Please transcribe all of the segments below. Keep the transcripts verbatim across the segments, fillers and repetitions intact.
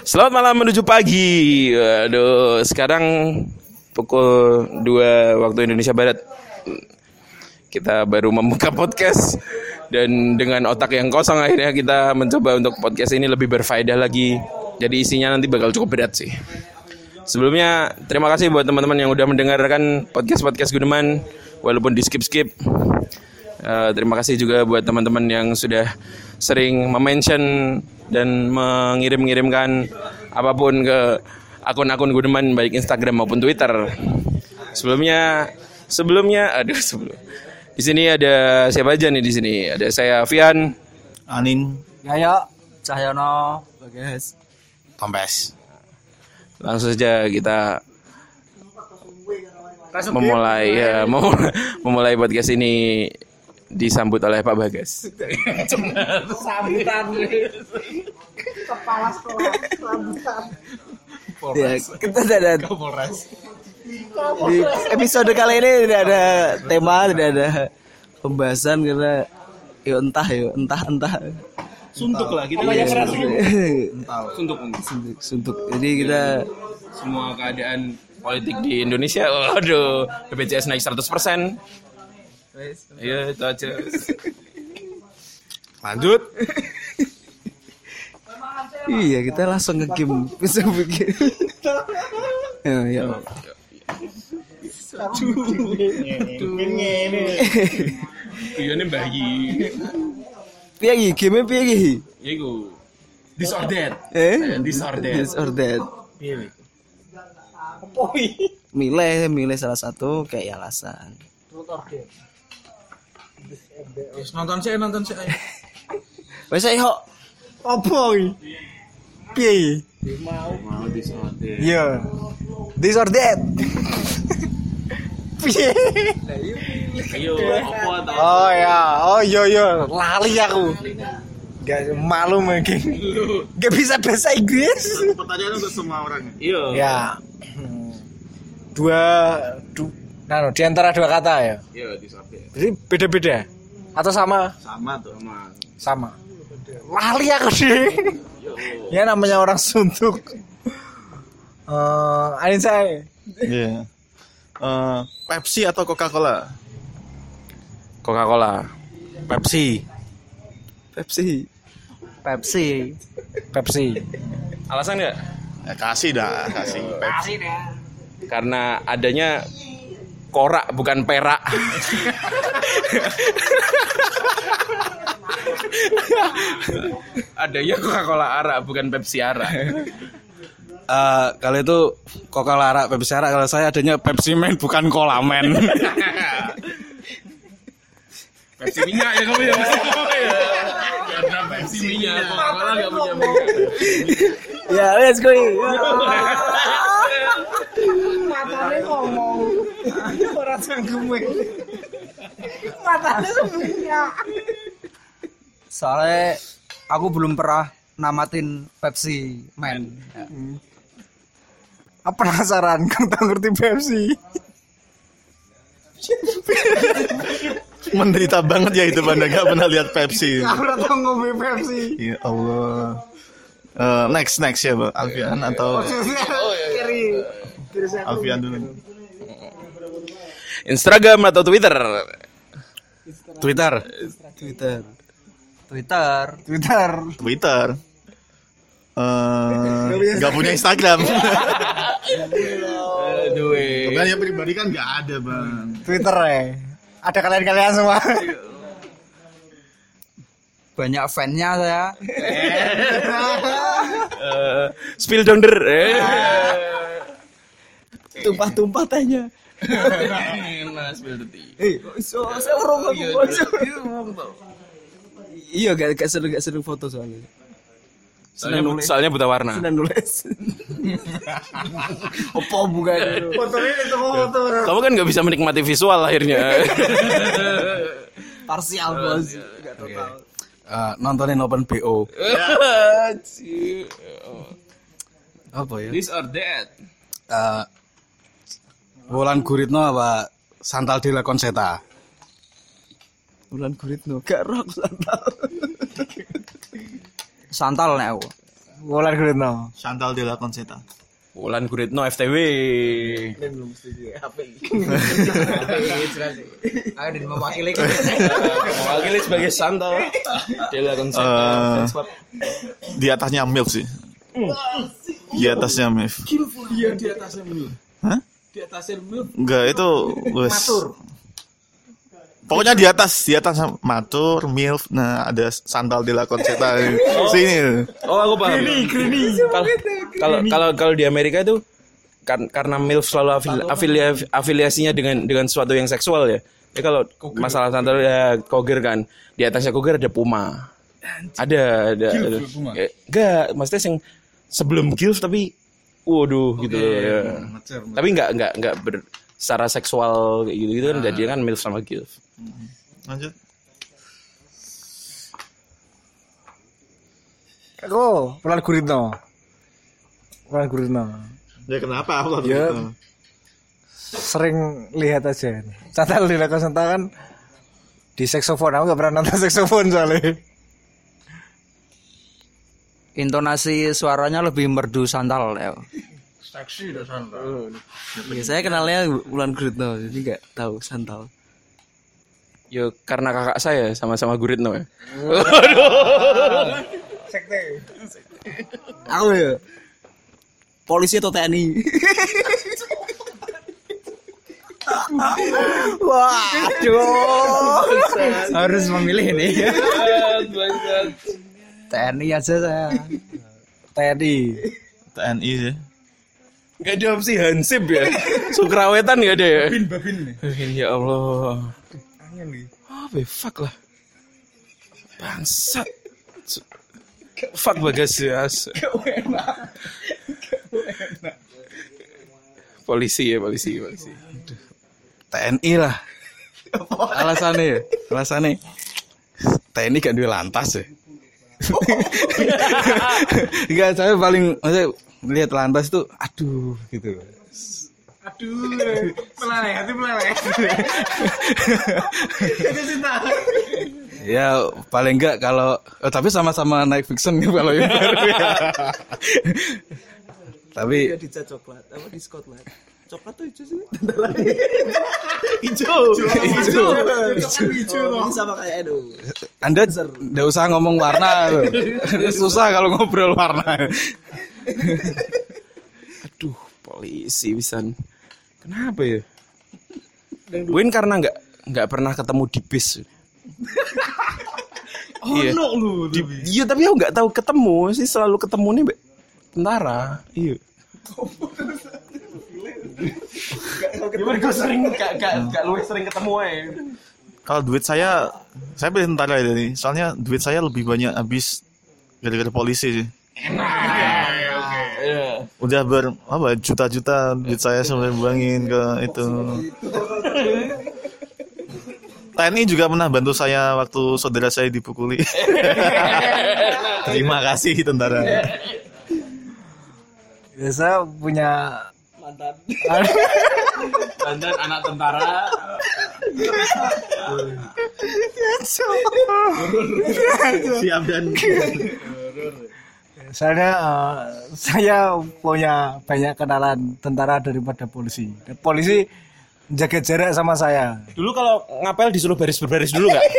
Selamat malam menuju pagi. Aduh, sekarang pukul dua waktu Indonesia Barat. Kita baru membuka podcast dan dengan otak yang kosong akhirnya kita mencoba untuk podcast ini lebih berfaedah lagi. Jadi isinya nanti bakal cukup berat sih. Sebelumnya terima kasih buat teman-teman yang udah mendengarkan podcast-podcast Gudeman walaupun di skip-skip. Uh, terima kasih juga buat teman-teman yang sudah sering mention dan mengirim-ngirimkan apapun ke akun-akun Gudeman baik Instagram maupun Twitter. Sebelumnya, sebelumnya, aduh sebelum. Di sini ada siapa aja nih di sini? Ada saya Fian, Anin, Yaya, Cahyono, Bagas, Tompes. Langsung saja kita memulai ya, memulai, memulai podcast ini. Disambut oleh Pak Bagas. sambutan kepala sekolah, sambutan. Ya, kita ada di episode kali ini tidak ada tema, tidak ada pembahasan karena ya entah ya entah entah. Suntuk lah kita. Ya, suntuk. Suntuk, suntuk. Jadi kita Semua keadaan politik di Indonesia, waduh, B P J S naik seratus persen. Iya, itu aja. lanjut. Iya, kita langsung nge-game. Bisa bikin. Ya, ya. Iya nih bayi. Piye iki? Game piye iki? Iku disordered. Eh? Disordered. Disordered. Piye? Milih, milih salah satu kayak alasan. Nonton sih, nonton sih. Wes ayo. Apa iki? Piye? Mau mau disordered. Iya. Disordered. Piye? Ayo, apa to? Oh ya, oh iya iya, lali aku. Gak malu mungkin. Gak bisa bahasa Inggris. Pertanyaan untuk semua orang. Iya. Ya. Dua, du, nah, di antara dua kata ya. Iya, disordered. Jadi beda-beda atau sama? Sama tuh. Sama. Sama. Lali aku sih. Ya namanya orang suntuk. Eh, Anin saya. Iya. Uh, Pepsi atau Coca-Cola? Coca-Cola. Pepsi. Pepsi. Pepsi. Pepsi. Alasan enggak? Ya, kasih dah, kasih. Pepsi. Karena adanya korak bukan perak. Adanya Coca-Cola Ara bukan Pepsi Ara. Uh, kalau itu Coca-Cola Ara, Pepsi Ara. Kalau saya adanya Pepsi Man bukan Cola Man. Pepsi minyak ya kamu ya. Karena Pepsi minyak, Coca-Cola enggak punya minyak. Ya, let's go. Matanya ngomong. Orang sanggup. Matanya semuanya. Soalnya aku belum pernah namatin Pepsi Man. Ya. Hmm. Apa penasaran kau tak ngerti Pepsi? Menderita banget ya itu Banda gak pernah lihat Pepsi. Aku udah tahu ngombe Pepsi. Ya Allah. Uh, next next ya, Bang. Alfian atau Kiri. Kiri saya. Alfian dulu. Instagram atau Twitter? Twitter. Twitter. Twitter. Twitter. Twitter. Uh, gak punya Instagram. Aduh. Kan yang pribadi kan gak ada, Bang. Twitter ya. Ada kalian-kalian semua. Banyak fan-nya saya. Uh, spill dong der. Tumpah-tumpah tehnya. Nah, spill deti. Eh, so saya orang aku baca. Iya, gak gak seru gak seru foto soalnya. Soalnya, soalnya buta warna. Senang nulis. Apa bukan itu? Fotonya itu foto. Kamu kan nggak bisa menikmati visual akhirnya. Parsial bos. Enggak total. Uh, nontonin Open B O. Apa ya? This or that. Uh, Wulan Guritno apa Santal Dela Konseta? Wulan Guritno gak rock santal. Santal nek aku. Wulan Guritno. Chantal Della Concetta. Wulan Guritno F T W. Belum setuju H P. Ayo dan mewakili. Mewakili sebagai Chantal Della Concetta. Eh, di atasnya MILF sih. Di atasnya MILF. Iya di atasnya MILF. Hah? Di atasnya MILF. Enggak, itu wes. Pokoknya di atas, di atas Matur, MILF. Nah, ada Chantal Della Concetta. Sini. Oh, aku paham. Kalau kalau kalau kalau di Amerika itu kan karena MILF selalu afili, afili- afiliasinya dengan dengan sesuatu yang seksual ya. Ya kalau masalah Chantal ya Koger kan, di atasnya Koger ada Puma. Ada ada. ada. Eh, enggak, maksudnya yang sebelum Gilf tapi waduh gitu ya. Tapi enggak enggak enggak ber, secara seksual kayak gitu gitu kan jadi kan MILF sama Gilf. Lanjut. Aku Wulan Guritno. Wulan Guritno. Ya kenapa? Apa Ya. Sering lihat aja. Chantal Della Concetta kan di saksofon. Aku gak pernah nonton saksofon soalnya. Intonasi suaranya lebih merdu Chantal ya. Seksi dah Chantal. Ya, saya kenalnya Wulan Guritno, jadi nggak tahu Chantal. Yo karena kakak saya sama-sama Guritno ya. Aku ya. Polisi atau T N I? Waduh. Harus memilih nih. T N I aja saya. T N I. T N I sih. Gak ada opsi Hansip ya. Sukrawetan gak ada ya. Babin babin. Ya Allah. Apa ya? Fuck lah. Bangsat. Fuck Bagasi as. Polisi ya polisi polisi. T N I lah. Alasannya ya, alasannya T N I kan duwe lantas ya. Enggak, saya paling maksudnya lihat lantas tuh aduh gitu. Aduh, meleleh, hati meleleh. Ya paling enggak kalau oh, tapi sama-sama naik fiction ya kalau yang baru ya. Tapi Dia dicat coklat, apa di Scotland? Coklat tuh hijau sih. Hijau. Hijau. Hijau. Ini sama kayak Edo. Anda enggak usah ngomong warna loh. Susah kalau ngobrol warna. Aduh polisi pisan. Kenapa ya? Mungkin karena nggak nggak pernah ketemu di bis. Oh iya. No, lu, di, iya tapi aku nggak tahu ketemu sih selalu ketemu nih tentara. Iya. Gimana gue sering gak gak gak lu sering ketemu aja. Kalau duit saya, saya pilih tentara ya nih. Soalnya duit saya lebih banyak habis gara-gara polisi sih. Udah ber apa juta-juta duit saya sampai buangin ke itu. T N I juga pernah bantu saya waktu saudara saya dipukuli. Terima kasih tentara. Ya, saya punya Mantan. Mantan anak tentara. Siap dan Soalnya uh, saya punya banyak kenalan tentara daripada polisi. Dan polisi jaga jarak sama saya. Dulu kalau ngapel disuruh baris berbaris dulu nggak?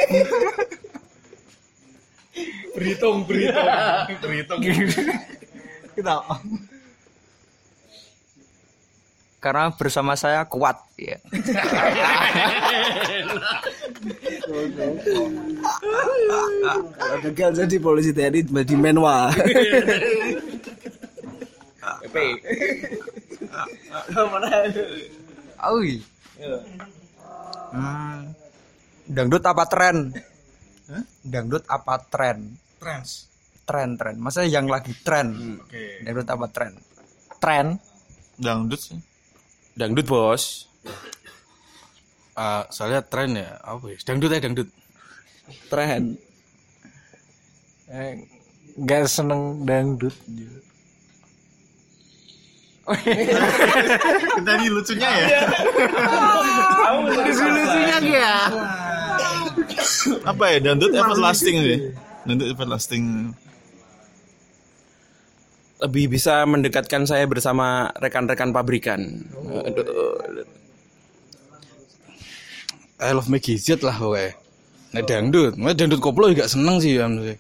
berhitung, berhitung, berhitung. Kita Karena bersama saya kuat ya. Kalau gagal jadi polisi T N I di Menwa. Oi. Hmm. Dangdut apa tren? Dangdut apa tren? Trans. Tren tren. Maksudnya yang lagi tren. Oke. Dangdut apa tren? Tren. dangdut sih. Dangdut bos. Uh, soalnya tren ya apa ya? Dangdut ya dangdut. Tren. Eh, gak seneng dangdut. Tadi lucunya ya. Lucunya ya. Apa ya dangdut everlasting sih. Dangdut everlasting. lebih bisa mendekatkan saya bersama rekan-rekan pabrikan. Aduh. I love Maggie Z lah pokoknya. Nah dangdut, nah dangdut koplo juga seneng sih ya menurut saya.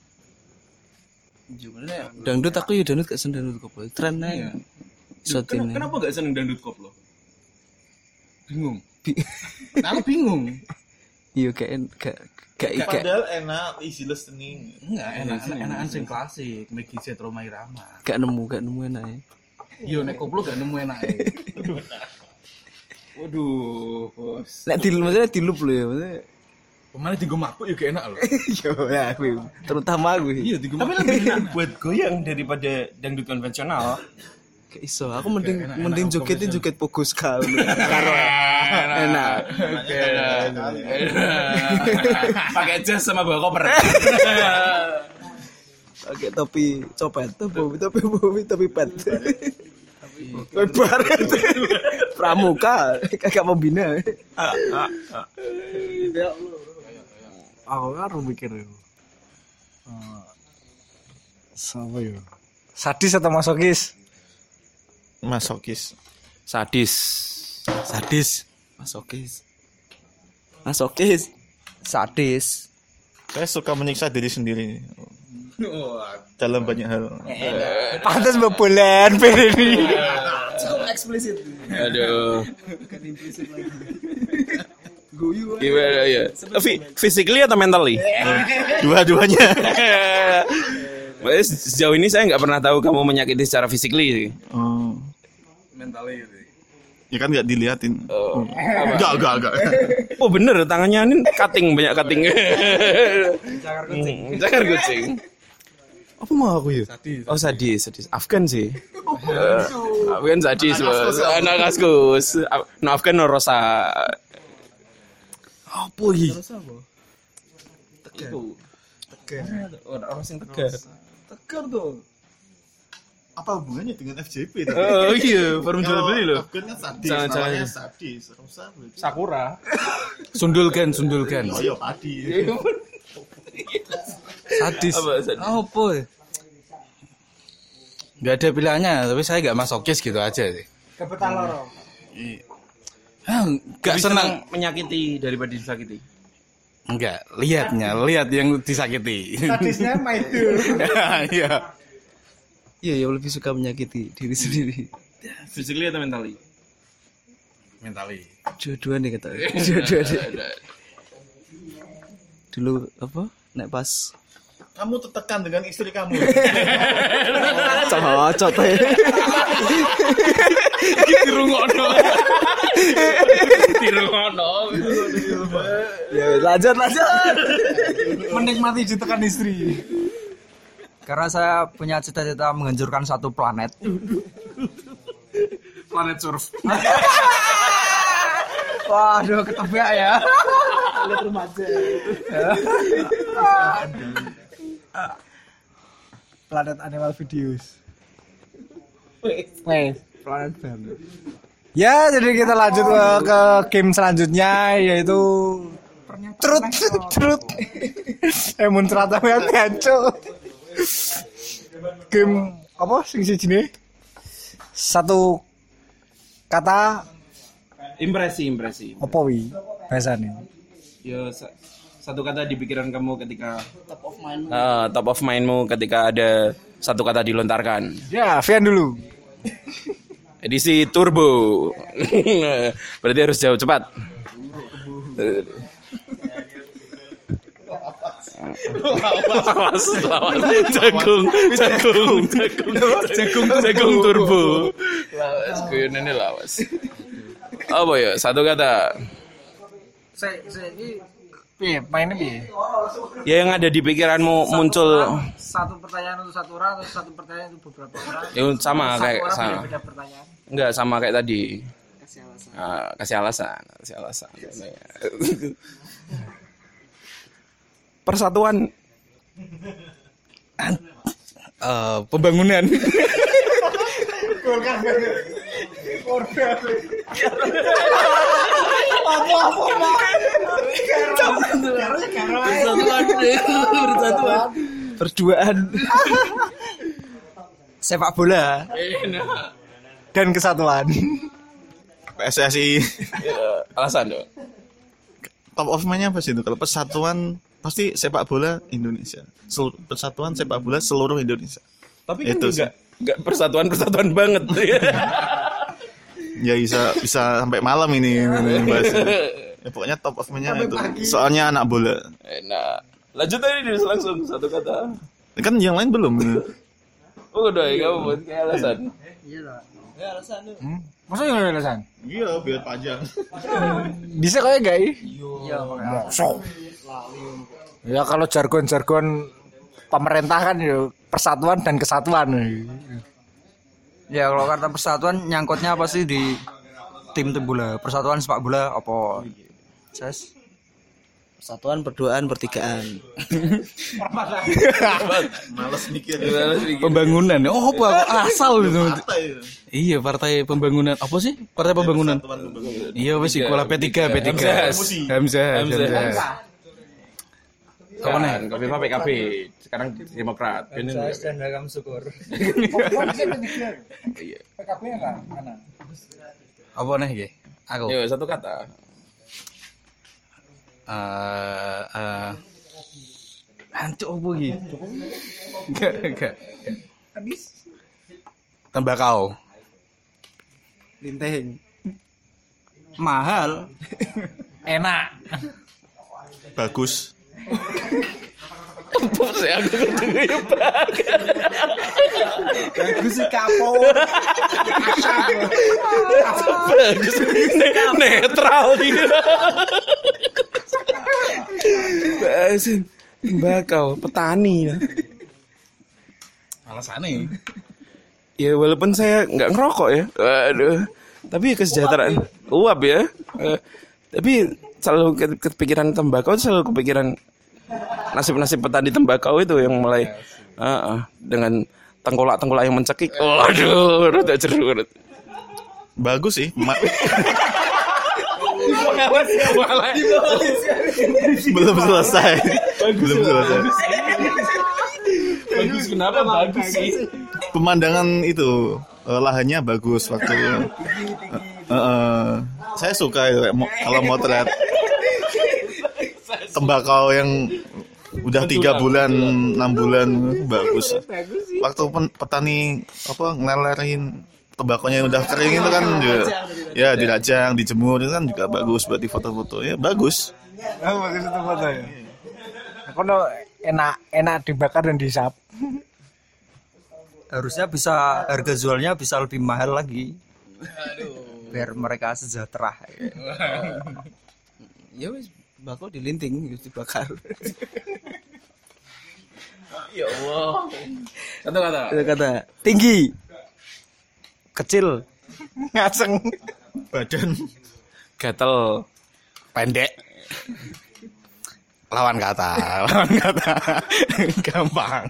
Gimana ya? Dangdut aku ya dangdut gak seneng dangdut koplo. Tren aja. Saat ini. Kenapa gak seneng dangdut koplo? Bingung. Aku bingung. Iya kayak gak gak kayak Padahal enak, easy listening. Enggak, enak enakan sing klasik, Maggie Z Roma Irama. gak nemu gak nemu enak ya. Yo nek koplo gak nemu enak. Waduh, bos. Nek di maksudnya di loop lho ya. Maksudnya Pemain di mabuk juga enak loh. yo ya aku. Terutama aku. Iya di Tapi lebih enak buat goyang daripada dangdut konvensional. Gak iso. Aku mending enak, mending enak, jogetin joget pogo sekali. Karo enak. Pakai jas sama bawa koper. Pakai topi copet tuh, topi topi topi topi pet. Lebar. Pramuka kagak membina. Aku kan mikir itu. Uh, Sama ya. Sadis atau masokis? Masokis. Sadis. Sadis. Masokis. Masokis. Sadis. Saya suka menyiksa diri sendiri dalam banyak hal. Pantas bebolan ini. Cukup eksplisit. Aduh. Bukan implisit lagi. Guyu. Gimana ya? Tapi physically atau mentally? Dua-duanya. Mas, sejauh ini saya nggak pernah tahu kamu menyakiti secara physically sih. Oh. Mentalnya itu. Ya kan nggak diliatin. Oh. Enggak, enggak, enggak. Oh bener, tangannya ini cutting, banyak cutting. Cakar kucing. Cakar kucing. Apa mau aku ya? Sadis. Oh sadis, sadis. Afgan sih. Uh, Afgan sadis, bos. Anak kaskus. No Afgan no rosa. Apa ini? Rosa apa? Tegar. Tegar. Orang sing tegar. Tegar tuh. Apa hubungannya dengan F J P? Oh iya, forum jual beli loh. Afgan kan sadis, Jangan, namanya jangan. sadis. Rosa berarti. Sakura. Sundulkan, sundulkan. Oh iya, padi. Sadis. Apa sadis? Apa? Gak ada pilihannya, tapi saya gak masokis gitu aja sih. Kebetulan loro. Ah, gak Lebih senang. menyakiti daripada disakiti. Enggak, lihatnya, lihat yang disakiti. Sadisnya Maidul. Iya. Iya, yang lebih suka menyakiti diri sendiri. Physically atau mentally? Mentally. Dua-dua nih kata. Dua-dua nih. Dulu apa? Nek pas Kamu tertekan dengan istri kamu. cocok ya. Dirungono. Dirungono. Ya, lanjut lanjut. Menikmati ditekan istri. Karena saya punya cita-cita menghancurkan satu planet. Planet surf. Waduh, ketebak ya. Lihat remaja. Planet Animal Videos. Wait, planet baru. Ya, jadi kita lanjut ke, ke game selanjutnya yaitu Trut Trut. Eh mun cerita yang ngaco. Game apa sing sijine? Satu kata Impresi, impresi. apa wi bahasane? Ya sa- satu kata di pikiran kamu ketika top of mind. Uh, top of mindmu ketika ada satu kata dilontarkan. Ya, Vian dulu. Edisi turbo. Berarti harus jauh cepat. Lawas, lawas. Jagung, jagung, jagung, jagung, jagung turbo. Lawas, kuyun ini lawas. Apa ya? Satu kata. Saya saya ini piye mainnya piye? Ya yang ada di pikiranmu muncul. Satu pertanyaan untuk satu orang atau satu pertanyaan untuk beberapa orang? Ya sama Satu kayak orang sama. beda pertanyaan. Enggak sama kayak tadi. Kasih alasan. Ah, kasih alasan, kasih alasan. Persatuan. Eh, pembangunan. Persatuan. Berduaan. sepak bola dan kesatuan. P S S I. Ya, alasan dong. Top of mind-nya apa sih itu? Kalau persatuan pasti sepak bola Indonesia. Sel- persatuan sepak bola seluruh Indonesia. Tapi kan Itu juga nggak persatuan-persatuan banget. Ya bisa bisa sampai malam ini bahasnya. Ya, pokoknya top of mind-nya itu. Soalnya anak bola. Nah, lanjut aja deh langsung satu kata. Kan yang lain belum. Oh, udah ya kamu buat kayak alasan. Masa yang ada alasan? Iya, biar panjang. Bisa kayak gak? Iya, sok. Ya kalau jargon-jargon pemerintah kan ya persatuan dan kesatuan. ya kalau kata persatuan nyangkutnya apa sih di tim tim bola persatuan sepak bola apa ses persatuan perduaan pertigaan Males mikir. Pembangunan. Oh, apa asal itu. Iya, partai pembangunan. Apa sih? Partai pembangunan. Iya, wes sekolah P tiga, P tiga. Hamzah, Hamzah. Kawan, K P P K P. Sekarang Demokrat. Ini dan Hakam Syukur iya. P K P kan mana? Apa nih, Ge? Aku. Yo, satu kata. Eh eh Hancur apa iki? Enggak, enggak. Habis. Tembakau. linteng mahal Enak. Bagus. Apa sih aku ketemu bagus sih kapok bagus Ne- netral dia. Bahasin tembakau petani lah. Alasannya. Ya walaupun saya nggak ngerokok ya, waduh, tapi kesejahteraan uap ya. Eh, tapi selalu ke- kepikiran tembakau, selalu kepikiran nasib-nasib petani tembakau itu yang mulai uh, uh, dengan tengkolak-tengkolak yang mencekik. Waduh, rada jeruk. Bagus sih. Ma- belum selesai. Belum selesai. Bagus kenapa bagus sih? Pemandangan itu eh, lahannya bagus waktu eh, eh, saya suka itu mo- kalau motret tembakau yang udah tiga bulan enam bulan bagus. Waktu pen- petani apa ngelelerin tembakonya yang udah kering itu kan juga, ya dirajang dijemur itu kan juga bagus buat di foto-foto ya bagus. Oh, bagus itu foto ya. Aku no enak enak dibakar dan disap. harusnya bisa harga jualnya bisa lebih mahal lagi biar mereka sejahtera ya wis bakal dilinting dibakar. Ya Allah. Satu kata. Itu kata tinggi kecil Ngaceng. Badan Gatel. Pendek. Lawan kata, lawan kata. Gampang.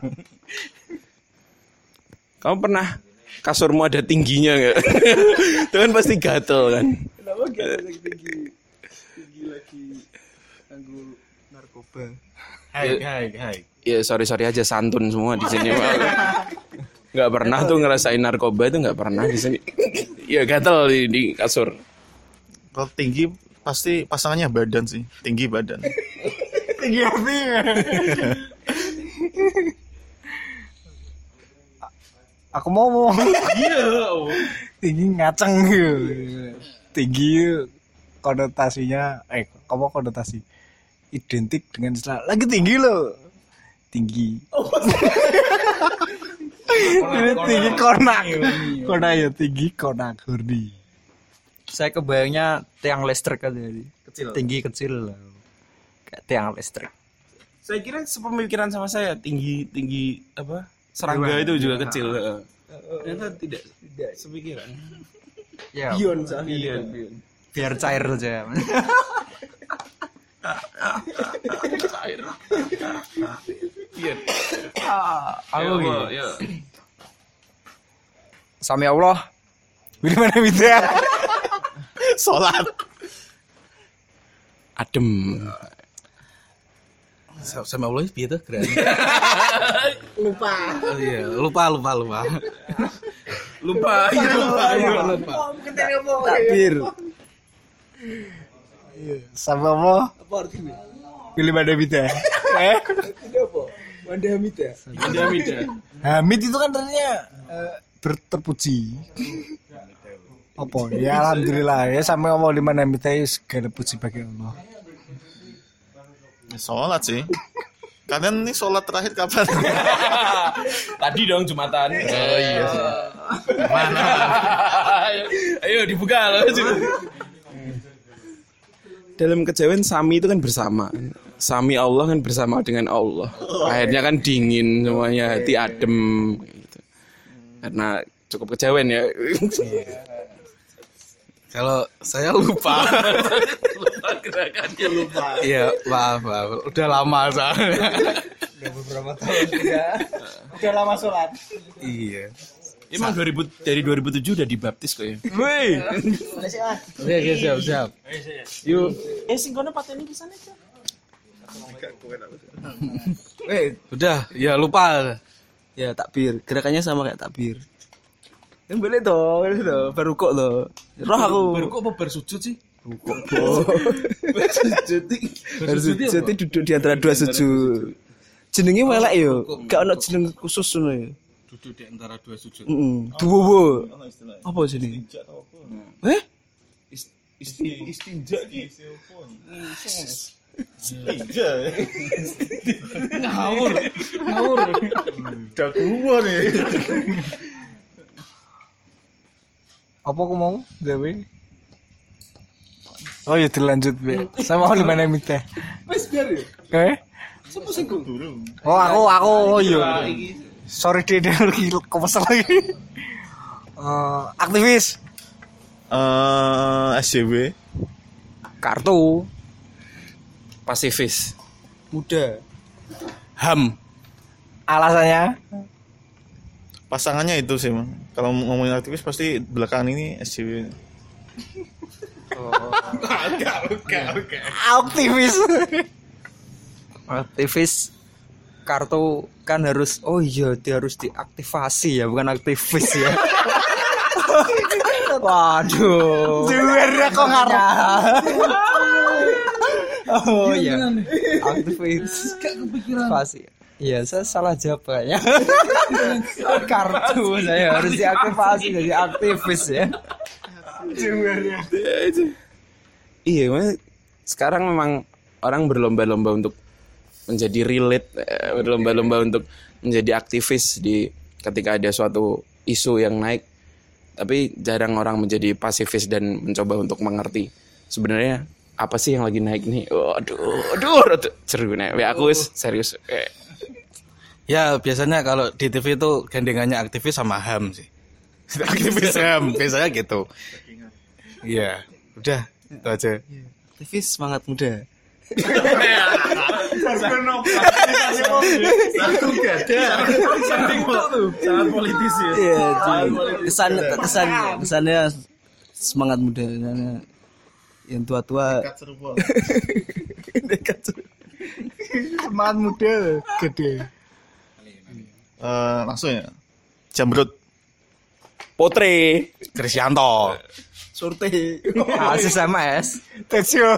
Kamu pernah kasurmu ada tingginya nggak? Itu kan pasti gatel kan. kenapa gak tinggi tinggi lagi anggur narkoba. hai hai hai Ya sorry sorry aja santun semua di sini. Nggak pernah tuh ngerasain narkoba itu nggak pernah di sini. Ya gatel di, di kasur. kalau tinggi pasti pasangannya badan sih tinggi badan. Tinggi hati. Aku mau ngomong. Iya. Tinggi ngaceng gitu. Tinggi konotasinya eh kamu konotasi identik dengan istilah lagi tinggi loh. Tinggi. Ini tinggi konak. Konak ya tinggi konak hurdi. Saya kebayangnya tiang listrik aja kecil tinggi kecil kayak tiang listrik. Saya kira sepemikiran sama saya tinggi tinggi apa serangga itu juga kecil. Ternyata tidak tidak sepikiran. Ya Bion soalnya. Bion. biar cair saja. Cair. Bion. Aku Yo, gitu. yo. Sami Allah. Di mana bisa? Sholat Adem. Sama Allah piye tuh keren. Lupa. Oh iya, lupa lupa lupa. Lupa, iya lupa, iya lupa. Takbir. Sama apa? Apa artinya? Pilih Manda Mida. Eh? Ini apa? Manda Hamida. Manda Hamida. Hamid itu kan artinya eh, berterpuji. Apa? Ya alhamdulillah ya sampai Allah di mana Hamid itu segala puji bagi Allah. Sholat sih. Kalian nih sholat terakhir kapan? Tadi dong Jumatan. Oh iya sih. Mana? Ayo dibuka loh. Dalam kejawen sami itu kan bersama. Sami Allah kan bersama dengan Allah. Akhirnya kan dingin semuanya, hati adem gitu. Karena cukup kejawen ya. Kalau saya lupa. Lupa gerakannya lupa. Iya, maaf, maaf. Udah lama soalnya. Udah beberapa tahun juga. Udah lama sholat. Iya. Emang dua ribu dari dua ribu tujuh udah dibaptis kok ya. Woi. Oke, oke, siap, siap. Yuk. Eh sing kono pateni ki sana aja. Eh, Udah, ya lupa. ya takbir. Gerakannya sama kayak takbir. Yang boleh toh, boleh toh. Baru kok toh. Roh aku. Baru kok apa bersujud sih? Bersujud itu duduk di antara dua sujud. Jenenge welek yo. Gak ono jeneng khusus ngono ya. Duduk di antara dua sujud. Heeh. Duwo. Apa sini? Eh? Istinja ki. Ngawur. Ngawur. Udah gua nih. Apa aku mau gawe? Oh ya dilanjut be. Sama Allah di mana Hamid teh. Wes biar yo. Eh? Sopo sing ku? Oh aku aku oh iya. Sorry deh lagi kepesel lagi. Eh, aktivis Eh, S J W. Kartu. Pasifis. Muda. Ham. alasannya Pasangannya itu sih, Mang. Kalau ngomongin aktivis pasti belakangan ini S J W. aktivis. Aktivis kartu kan harus oh iya dia harus diaktifasi ya bukan aktivis ya. Waduh. Juwernya kok ngarep. Oh iya. Aktivis. Gak kepikiran. Pasti. Iya, saya salah jawab kayaknya. Kartu saya harus diaktifasi jadi aktivis ya. Iya, mas, sekarang memang orang berlomba-lomba untuk menjadi relate, eh, berlomba-lomba untuk menjadi aktivis di ketika ada suatu isu yang naik. Tapi jarang orang menjadi pasifis dan mencoba untuk mengerti sebenarnya apa sih yang lagi naik nih. Oh, aduh, aduh, aduh, seru nih. Aku serius. Eh. Ya biasanya kalau di T V itu gandengannya aktivis sama Ham sih. Aktivis Ham biasanya gitu. Iya, udah itu aja. Aktivis semangat muda. Sangat politis ya. Iya, kesan kesan kesannya semangat muda karena yang tua-tua dekat serupa. Semangat muda gede. Eh, langsung ya. Jamrut. Potre. Krisyanto. Surti. Asis sama es. Tesio.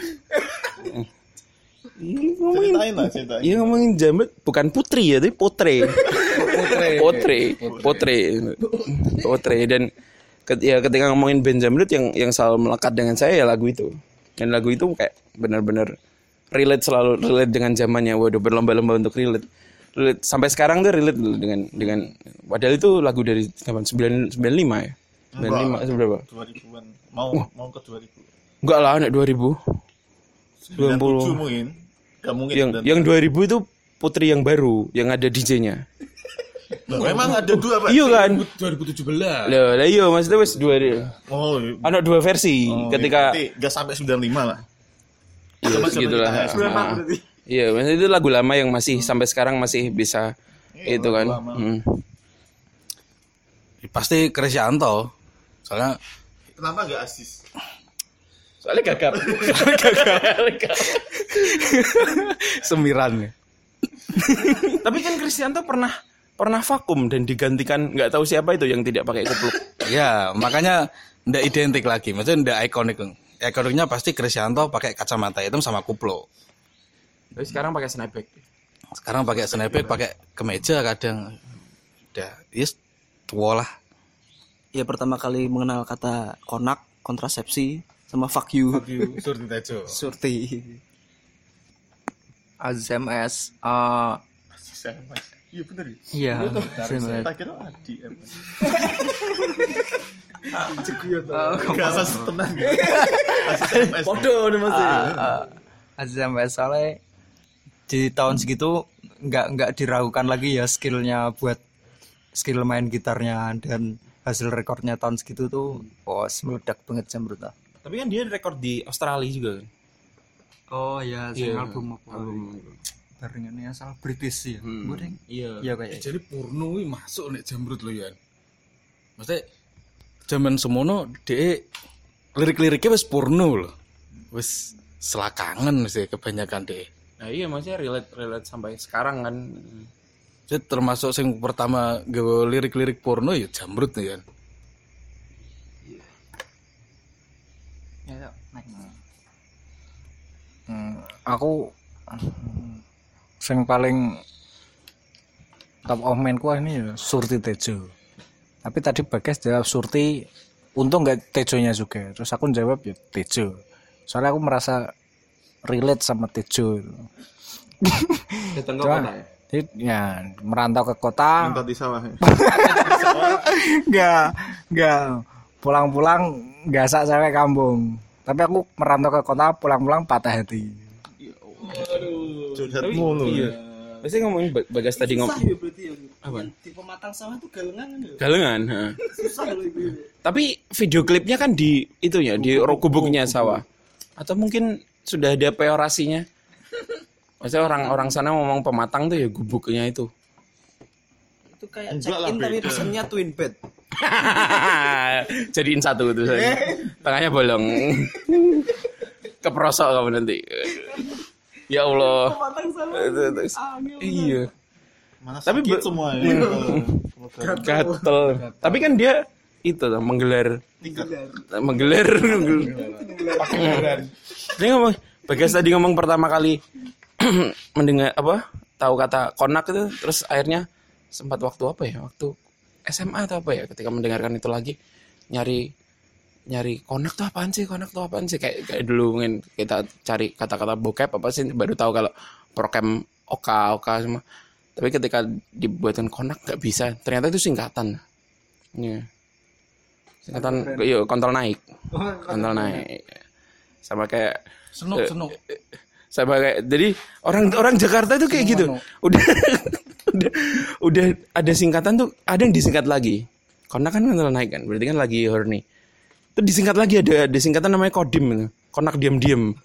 Ceritain lah, ceritain. Iya ngomongin jamret bukan putri ya, tapi potre. Potre. Potre. Potre. Potre dan ket- ya ketika ngomongin band jamret yang yang selalu melekat dengan saya ya lagu itu. Dan lagu itu kayak benar-benar relate selalu relate dengan zamannya. Waduh, berlomba-lomba untuk relate. Relate sampai sekarang tuh relate dengan dengan padahal itu lagu dari kapan? sembilan puluh lima ya. sembilan puluh lima berapa? dua ribuan. Mau mau ke dua ribu. Enggak lah, anak dua ribu. sembilan puluh tujuh mungkin. Gak mungkin. Yang yang dua ribu itu Putri yang baru yang ada D J-nya. Loh, memang ada dua, Pak. Iya kan? dua ribu tujuh belas. Lah, lah iya maksudnya wis dua Oh, iya. anak dua versi Oh, ketika iya. Gak sampai sembilan puluh lima lah. iya Sama-sama segitulah. kita, sembilan puluh empat Ah. berarti. Iya, maksudnya itu lagu lama yang masih sampai sekarang masih bisa Iya, itu kan. lagu lama. Hmm. Pasti Krisyanto. Soalnya Kenapa gak Asis? Soalnya gagap. Soalnya gagap. Semiran. Tapi kan Kristianto pernah pernah vakum dan digantikan nggak tahu siapa itu yang tidak pakai kupluk. Ya, makanya ndak identik lagi. Maksudnya ndak ikonik. Ikoniknya pasti Kristianto pakai kacamata hitam sama kupluk. Tapi sekarang pakai snapback. Sekarang pakai snapback, pakai kemeja kadang. Udah, yes, tua lah. Ya pertama kali mengenal kata konak, kontrasepsi, sama fuck you. Surti Tejo. Surti. A Z M S. Uh, Iya bener ya. iya. A Z M S. Tak kira Adi. Gak tenang. Podo nih mas. A Z M S soalnya di tahun segitu nggak nggak diragukan lagi ya skillnya buat skill main gitarnya, dan hasil rekornya tahun segitu tuh oh meledak banget Jamrut. Tapi kan dia rekor di Australia juga kan. Oh ya, Iya. album apa? Barengannya asal British ya. Hmm. Bodeng. Iya. Iya kayak. Jadi Purno ini masuk nek Jamrut lo ya. Maksudnya zaman semono dhek lirik-liriknya wis Purno lho. Wis selakangan sih kebanyakan dhek. Nah iya maksudnya relate relate sampai sekarang kan. Jadi termasuk yang pertama gawe lirik-lirik porno ya Jamrut nih kan. Ya, naik. Hmm, aku sing paling top of mind ku ini ya Surti Tejo. Tapi tadi Bagas jawab Surti, untung nggak Tejonya juga. Terus aku jawab ya Tejo. Soalnya aku merasa relate sama Tejo. Datang ke Cuma, kota ya. jadi, ya merantau ke kota. Minta di sawah. ya. Enggak, enggak. Pulang-pulang gasak cewek kampung. Tapi aku merantau ke kota, pulang-pulang patah hati. Curhat mulu. Iya. Pasti ngomongin Ba- Bagas tadi ngomong. ya berarti ya. Apa? Di pematang sawah tuh galengan kan ya. Galengan. Ha. Susah loh itu. Tapi video klipnya kan di itu ya di gubuknya sawah. Atau mungkin sudah ada peorasinya. Maksudnya orang-orang sana ngomong pematang tuh ya gubuknya itu. Itu kayak Enggak lah, check-in tapi beda. pesennya twin bed. Jadiin satu tuh saya. Tengahnya bolong. Keprosok kamu nanti. Ya Allah. Pematang sawah. Itu, itu. Iya. Mana Tapi sakit be- semua ya. Gatel. Tapi kan dia itu tuh menggelar menggelar. Dia ngomong Bagas tadi ngomong pertama kali mendengar apa? Tahu kata konak itu terus akhirnya sempat waktu apa ya? Waktu S M A atau apa ya? Ketika mendengarkan itu lagi nyari nyari konak tuh apaan sih? Konak tuh apaan sih? Kayak kayak dulu mungkin kita cari kata-kata bokep apa sih baru tahu kalau prokem oka oka semua. Tapi ketika dibuatkan konak nggak bisa. Ternyata itu singkatan. Iya. Singkatan yuk kontrol naik. Kontrol naik. Sama kayak Senuk, eh, senuk. sama kayak jadi orang orang Jakarta itu kayak gitu. Udah udah udah ada singkatan tuh ada yang disingkat lagi. Konak kan kontrol naik kan. Berarti kan lagi horny. Itu disingkat lagi ada ada singkatan namanya kodim gitu. Konak diam-diam.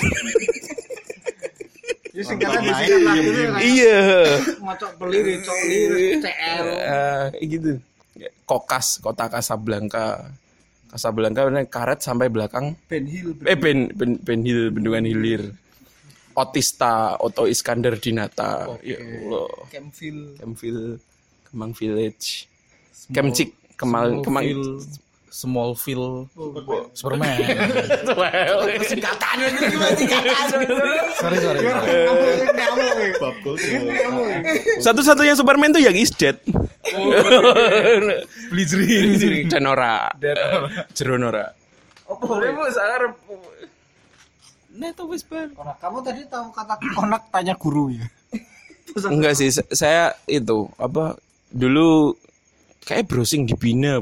Ini singkatan disingkat lagi tuh kayak Iya. ngocok beli, ngocok beli, C L. Eh, gitu. Kokas, kota Casablanca. Casablanca bener karet sampai belakang. Ben Hill. Eh Ben Ben Ben Hill Bendungan Hilir. Otista, Oto Iskandar Dinata. Ya Allah. Campville. Campville, Kemang Village. Kemcik, Kemal Kemang. Smallville, Superman. Singkatan itu gimana singkatan? sorry sorry. Bab gol. Satu-satunya Superman tuh yang is dead. Blizring. Denora. Jeronora. Apa boleh bu sangar. Neto wis ben. Konak. Kamu tadi tahu kata konak tanya guru ya? Enggak sih, sa- saya itu apa dulu kayak browsing di Bina.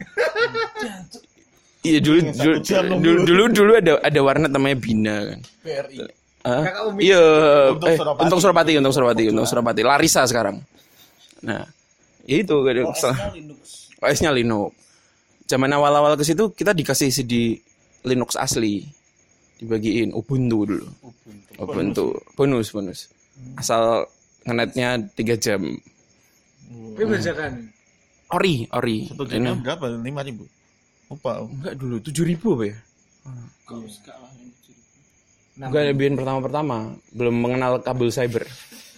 Iya dulu dulu, dulu dulu dulu ada ada warnet namanya Bina kan. B R I. Hah? Iya, Untung eh, Suropati. untung Suropati, untung Suropati, untung Suropati. Larissa sekarang. Nah, ya itu kadang Linux. O S-nya Linux. Zaman awal-awal ke situ kita dikasih C D Linux asli. Dibagiin Ubuntu dulu. Ubuntu. Bonus, bonus. Asal ngenetnya tiga jam. Ini bedakan. Ori, ori. Satu Ini jamnya berapa? Lima ribu. Lupa. enggak dulu tujuh ribu apa ya? Bukan Debian pertama-pertama, belum mengenal kabel cyber.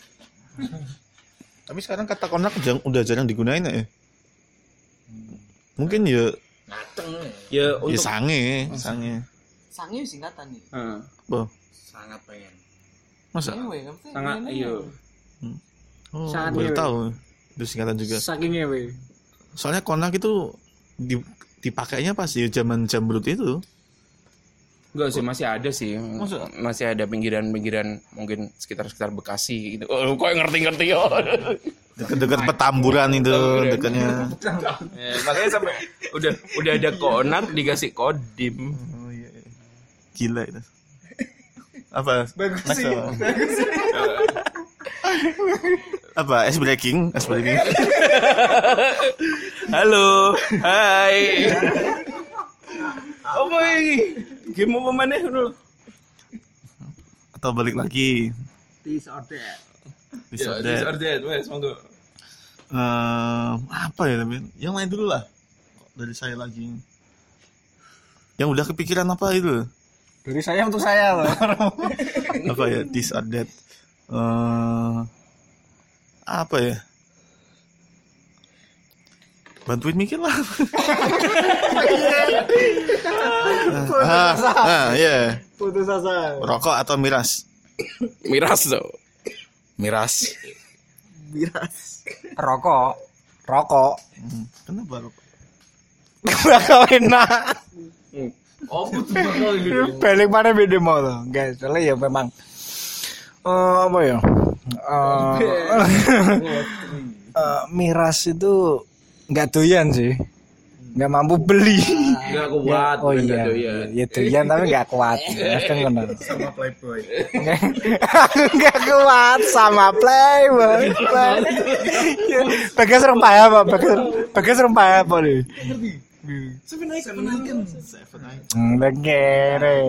Tapi sekarang kata konak jang, udah jarang digunain ya. Mungkin ya Ya ya sange, sange. Sange singkatan nih. Heeh. Boh, Sangat pengen. masa? Sangat iya. Oh, Sangat baru ngewe. tahu. Itu singkatan juga. Saking ngewe. Soalnya konak itu di, dipakainya pas ya zaman jamrut itu. Enggak sih, masih ada sih. Masa? Masih ada pinggiran-pinggiran mungkin sekitar-sekitar Bekasi gitu. Oh, kok ngerti-ngerti ya. Dekat-dekat petamburan itu dekatnya. Ya, makanya sampai udah udah ada konak dikasih kodim. Oh iya. Gila itu. Apa? Bagus sih. Apa? Ice breaking, ice breaking. Halo, hai. Apa ini? Game apa mana dulu? Atau balik lagi. This or that. This or Ya, this that. or that, wes, monggo. Eh, apa ya tapi? Yang lain dulu lah. Kok dari saya lagi. Yang udah kepikiran apa itu? Dari saya untuk saya loh. Apa ya? This or that. Eh, apa ya? Bantuin mikir lah. ah, ah, ya. Putus asa. Rokok atau miras? Miras tuh. Miras. Rokok. Rokok. Hmm, Kenapa rokok? Bakal enak. Oh, betul betul gitu. Balik mana beda mau tuh, guys. Soalnya ya memang eh, apa ya? Eh, eh, miras itu nggak doyan sih, nggak mampu beli. Enggak kuat. Oh udah iya, nggak doyan. ya doyan tapi nggak kuat. Mas kan benar. Sama Playboy. Aku nggak kuat sama playboy. Bagas rempah apa? Bagas bagas rempah apa nih? Seven Icon. Hmm, begere.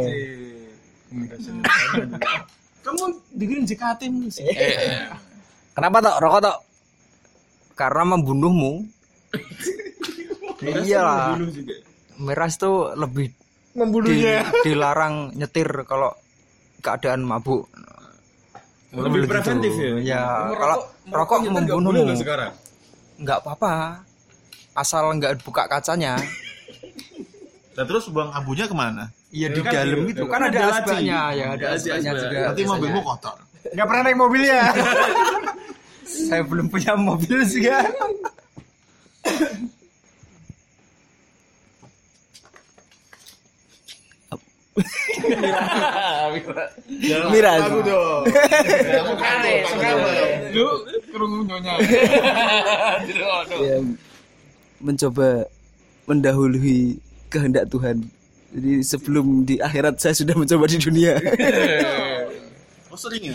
Kamu bikin J K T musik. Kenapa tok rokok tok? Karena membunuhmu. Iya. Miras tuh lebih membunuhnya. Dilarang nyetir kalau keadaan mabuk. Lebih preventif ya. Ya, kalau rokok membunuhmu. Sekarang. Enggak apa-apa. Asal enggak buka kacanya. Nah terus buang abunya kemana? Iya di dalam itu kan ada asbaknya ya, ada asbaknya juga. Nanti mobilmu kotor. Enggak pernah naik mobilnya. Saya belum punya mobil juga. Miras. Aku dong. Lu kerungu nyonya. Ya, mencoba mendahului kehendak Tuhan. Jadi sebelum di akhirat saya sudah mencoba di dunia. Oh sering ya?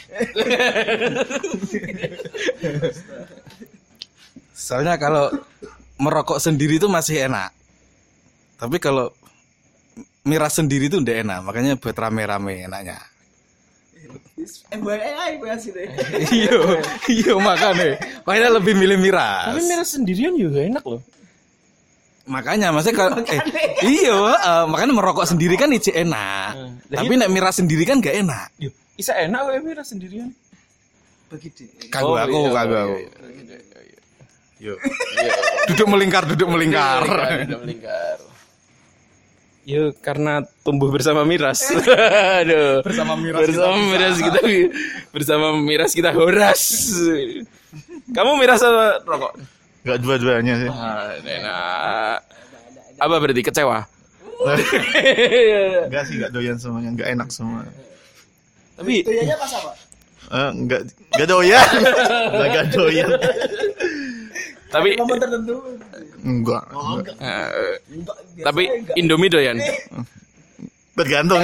Soalnya kalau merokok sendiri itu masih enak. Tapi kalau miras sendiri itu ndak enak. Makanya buat rame-rame enaknya. M Y A I sih deh. Iya, iya makanya. Makanya lebih milih miras. Tapi miras sendirian juga enak loh. Makanya maksudnya kalau eh, iya, uh, makanya merokok sendiri kan ije enak. Hmm. Tapi nek miras sendiri kan gak enak. Yuk, bisa enak wae miras sendirian. Begitu. Kagak Oh, aku, iya, kagak iya, aku. iya, iya. Yo. Duduk melingkar, duduk melingkar. Duduk melingkar. Yuk, karena tumbuh bersama miras. Aduh. Bersama miras Bersama kita miras kita bersama miras kita horas. Kamu miras atau rokok? Gak dua-duanya sih. Ah, enak. Apa berarti kecewa? Enggak sih, gak doyan semuanya, gak enak semua. Tapi Doyannya pas apa? Eh, enggak, enggak doyan. Enggak, enggak doyan. tapi Momen tertentu. Enggak. eh, tapi Indomie doyan. Tergantung.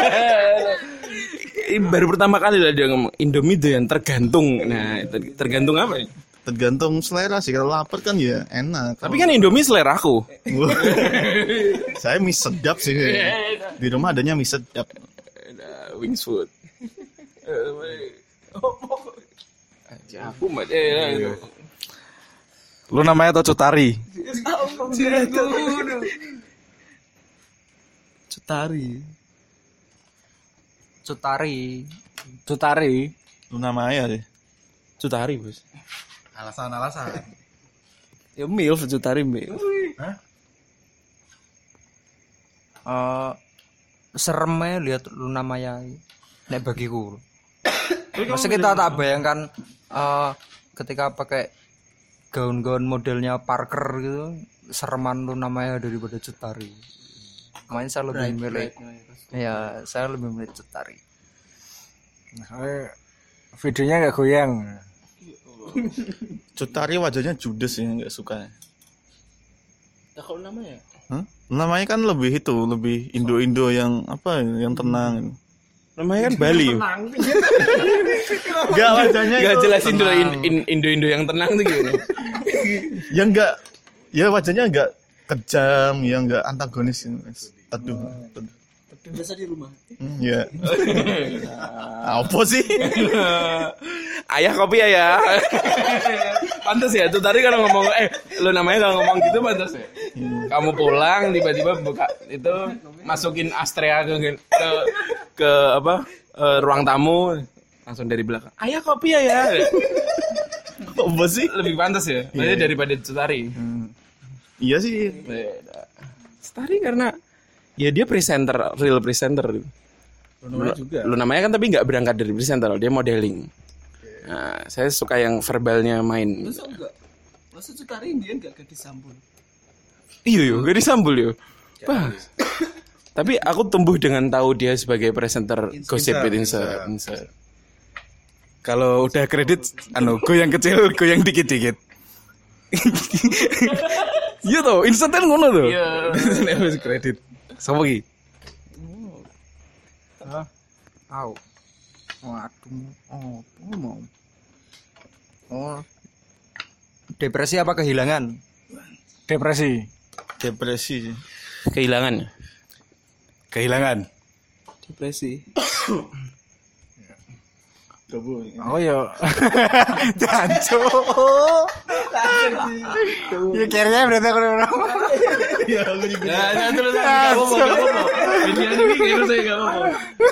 Ini baru pertama kali lah dia ngomong Indomie doyan tergantung. Nah, ter- tergantung apa? ya? Tergantung selera sih. Kalau lapar kan ya enak. Tapi kan Indomie selera aku. Saya mie sedap sih. Di rumah adanya mie sedap. Ada Wings Food. Aja aku mah eh Lu namanya atau Cutari? Cutari. Cutari. Cutari. Luna Maya sih. Cutari, Bos. Alasan-alasan. Ya milf Cutari, milf. Eh seremnya lihat Luna Maya. Nek bagiku. Masa kita tak bayangkan eh ketika pakai gaun-gaun modelnya Parker gitu, sereman Luna Maya daripada Cutari. Makanya saya lebih milih. Ya, saya lebih milih Cutari. Nah, videonya nggak goyang. Cutari wajahnya judes ya, nggak suka. Nah, kalau namanya? Hah? Namanya kan lebih itu, lebih Indo-Indo yang apa, yang tenang. Namanya kan Bali. Enggak wajahnya Enggak itu jelasin dulu tenang. in- in- Indo-Indo yang tenang tuh gimana? Ya enggak, ya wajahnya enggak kejam, ya enggak antagonis. Aduh. aduh. Biasa di rumah. Hmm, ya. Apa sih? Ayah kopi ya ya. Pantas ya, tuh tadi kalau ngomong eh lu namanya kalau ngomong gitu pantas ya. Kamu pulang tiba-tiba buka itu masukin Astrea ke ke, ke apa? eh, ruang tamu langsung dari belakang. Ayah kopi ya ya. Apa sih? Lebih pantas ya. Maksudnya daripada Cutari. Iya sih. Beda. Cutari karena ya dia presenter, real presenter. Lu, juga. lu namanya kan tapi nggak berangkat dari presenter, dia modeling. Nah, saya suka yang verbalnya main. Masa enggak? Masa Cutari Indian enggak gadis sambul? Iya yo, gak disambul yo. Wah. Tapi aku tumbuh dengan tahu dia sebagai presenter Gossip with Insert. Insert. Kalau udah kredit, anu goyang kecil, goyang dikit-dikit. Iya toh, instan kan ngono tuh. Iya. Wis kredit. Sopo iki? Tahu. Waduh, oh, apa mau? Oh. Depresi apa kehilangan? Depresi. Depresi sih. Kehilangan. Kehilangan. Depresi. Oh ya. Jancu. Ya kira-kira berarti aku orang. Nah, nah terus enggak apa-apa, enggak apa-apa. Ini ini kira saya enggak apa-apa.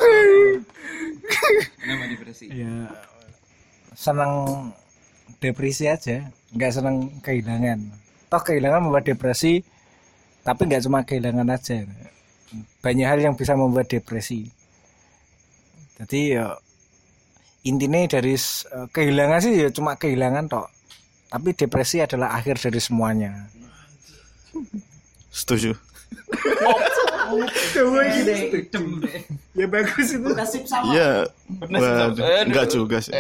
Kenapa depresi? Ya senang depresi aja, nggak senang kehilangan. Toh kehilangan membuat depresi, tapi nggak cuma kehilangan aja. Banyak hal yang bisa membuat depresi. Jadi ya intinya dari uh, kehilangan sih ya cuma kehilangan tok. Tapi depresi adalah akhir dari semuanya. Setuju. Ya bagus itu. Nasib sama. Iya. Waduh, enggak juga sih.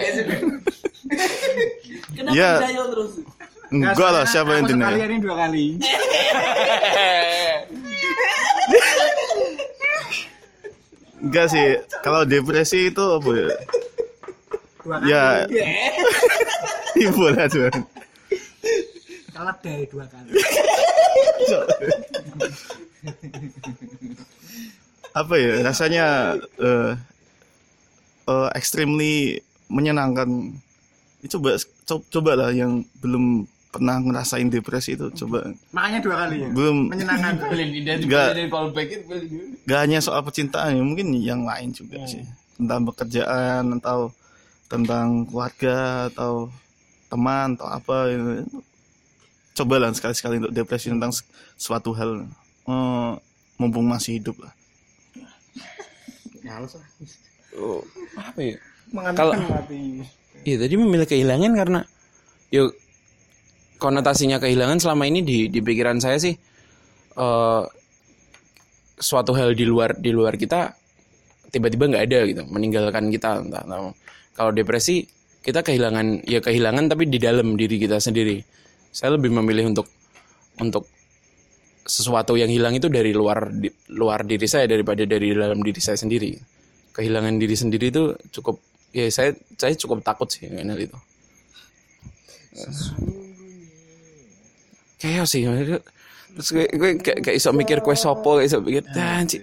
Kenapa Ya. Jayo terus? Enggak lah, siapa yang denial? Kalian dua kali. Enggak sih. Kalau depresi itu apa ya? Ya. Ibu lah tuh. Kalah dari dua kali. Apa ya? Rasanya eh uh, extremely menyenangkan. Coba co- coba lah yang belum pernah ngerasain depresi itu coba. Makanya dua kali ya. Belum. Menyenangkan. Enggak. Dari callback itu. Gak hanya soal percintaan ya, mungkin yang lain juga sih, tentang pekerjaan atau tentang keluarga atau teman atau apa gitu. Cobalah sekali-sekali untuk depresi tentang suatu hal, eh, mumpung masih hidup lah. Oh, apa ya? Kalau iya tadi memilih kehilangan karena yuk konotasinya kehilangan selama ini di di pikiran saya sih eh suatu hal di luar di luar kita tiba-tiba nggak ada gitu, meninggalkan kita. Entah, entah. Kalau depresi kita kehilangan ya kehilangan tapi di dalam diri kita sendiri. Saya lebih memilih untuk untuk sesuatu yang hilang itu dari luar di, luar diri saya daripada dari dalam diri saya sendiri. Kehilangan diri sendiri itu cukup ya saya saya cukup takut sih dengan hal itu. Kayak sih. Terus gue, gue kayak, kayak iso mikir kue sopo, kayak iso mikir anjir.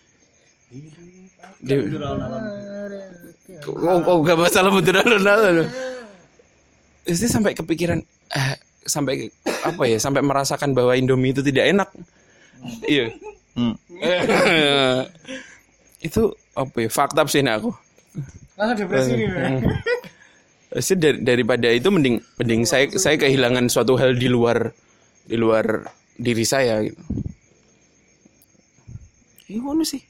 Kok kok gak masalah mudah alun-alun. Itu sampai kepikiran eh, sampai apa ya, sampai merasakan bahwa Indomie itu tidak enak. Iya. Hmm. Itu apa ya? Fakta sih nah aku. Langsung depresi nih. Sih dar- daripada itu mending mending saya saya kehilangan suatu hal di luar di luar diri saya gitu. Iya ngono sih.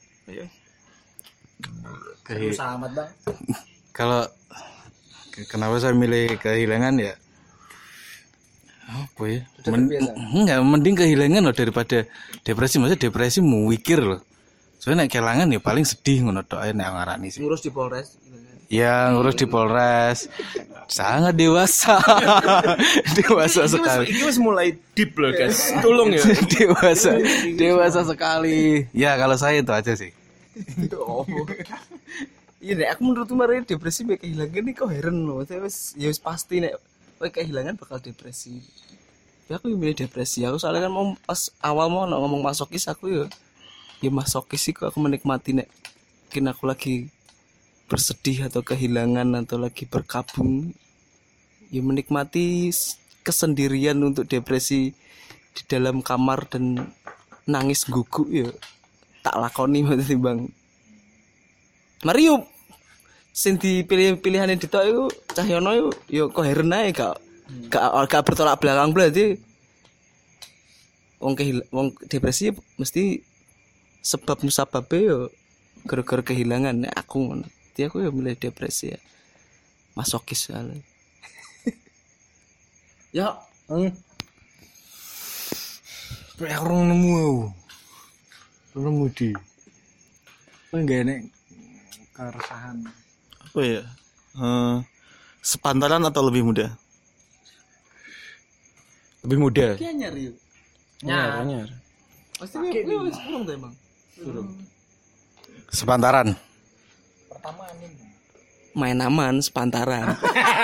Kehi- Selamat bang. Kalau ke- kenapa saya milih kehilangan ya? Apa ya? Men- enggak, mending kehilangan loh daripada depresi. Maksudnya depresi mewikir loh. Soalnya nek kehilangan ya paling sedih ngono tok ae nek ngarani sih. Ngurus di Polres. Ya ngurus di Polres. Sangat dewasa. Dewasa sekali. Ini mas mulai deep loh guys. Tolong ya. Dewasa. Dewasa sekali. Ya kalau saya itu aja sih. Iya nek aku menurut kemarin depresi mek kehilangan nih kok heran loh. Terus ya wis pasti nek kowe kehilangan bakal depresi. Ya aku milih depresi. Aku soalnya kan mau pas awal mau ngomong masokis aku ya ya masokis sih kok aku menikmati nek mungkin aku lagi bersedih atau kehilangan atau lagi berkabung ya menikmati kesendirian untuk depresi di dalam kamar dan nangis guguk ya tak lakoni maksudnya bang mari yuk sing dipilih pilihan Dito itu Cahyono yo yo koheren ae gak gak gak bertolak belakang berarti wong kehil- wong depresi mesti sebab musababe yo gara-gara kehilangan nek aku ngono. Jadi aku ya milih depresi ya. Masokis soalnya. Ya, Hmm. Kayak orang nemu. Nemu di. Kowe enggak enek keresahan. Apa ya? Eh, sepantaran atau lebih muda? Lebih muda. kayak nyari yuk. Nyar, nyar. Pasti ini ini wis kurang tuh emang. Sepantaran. Main aman sepantaran.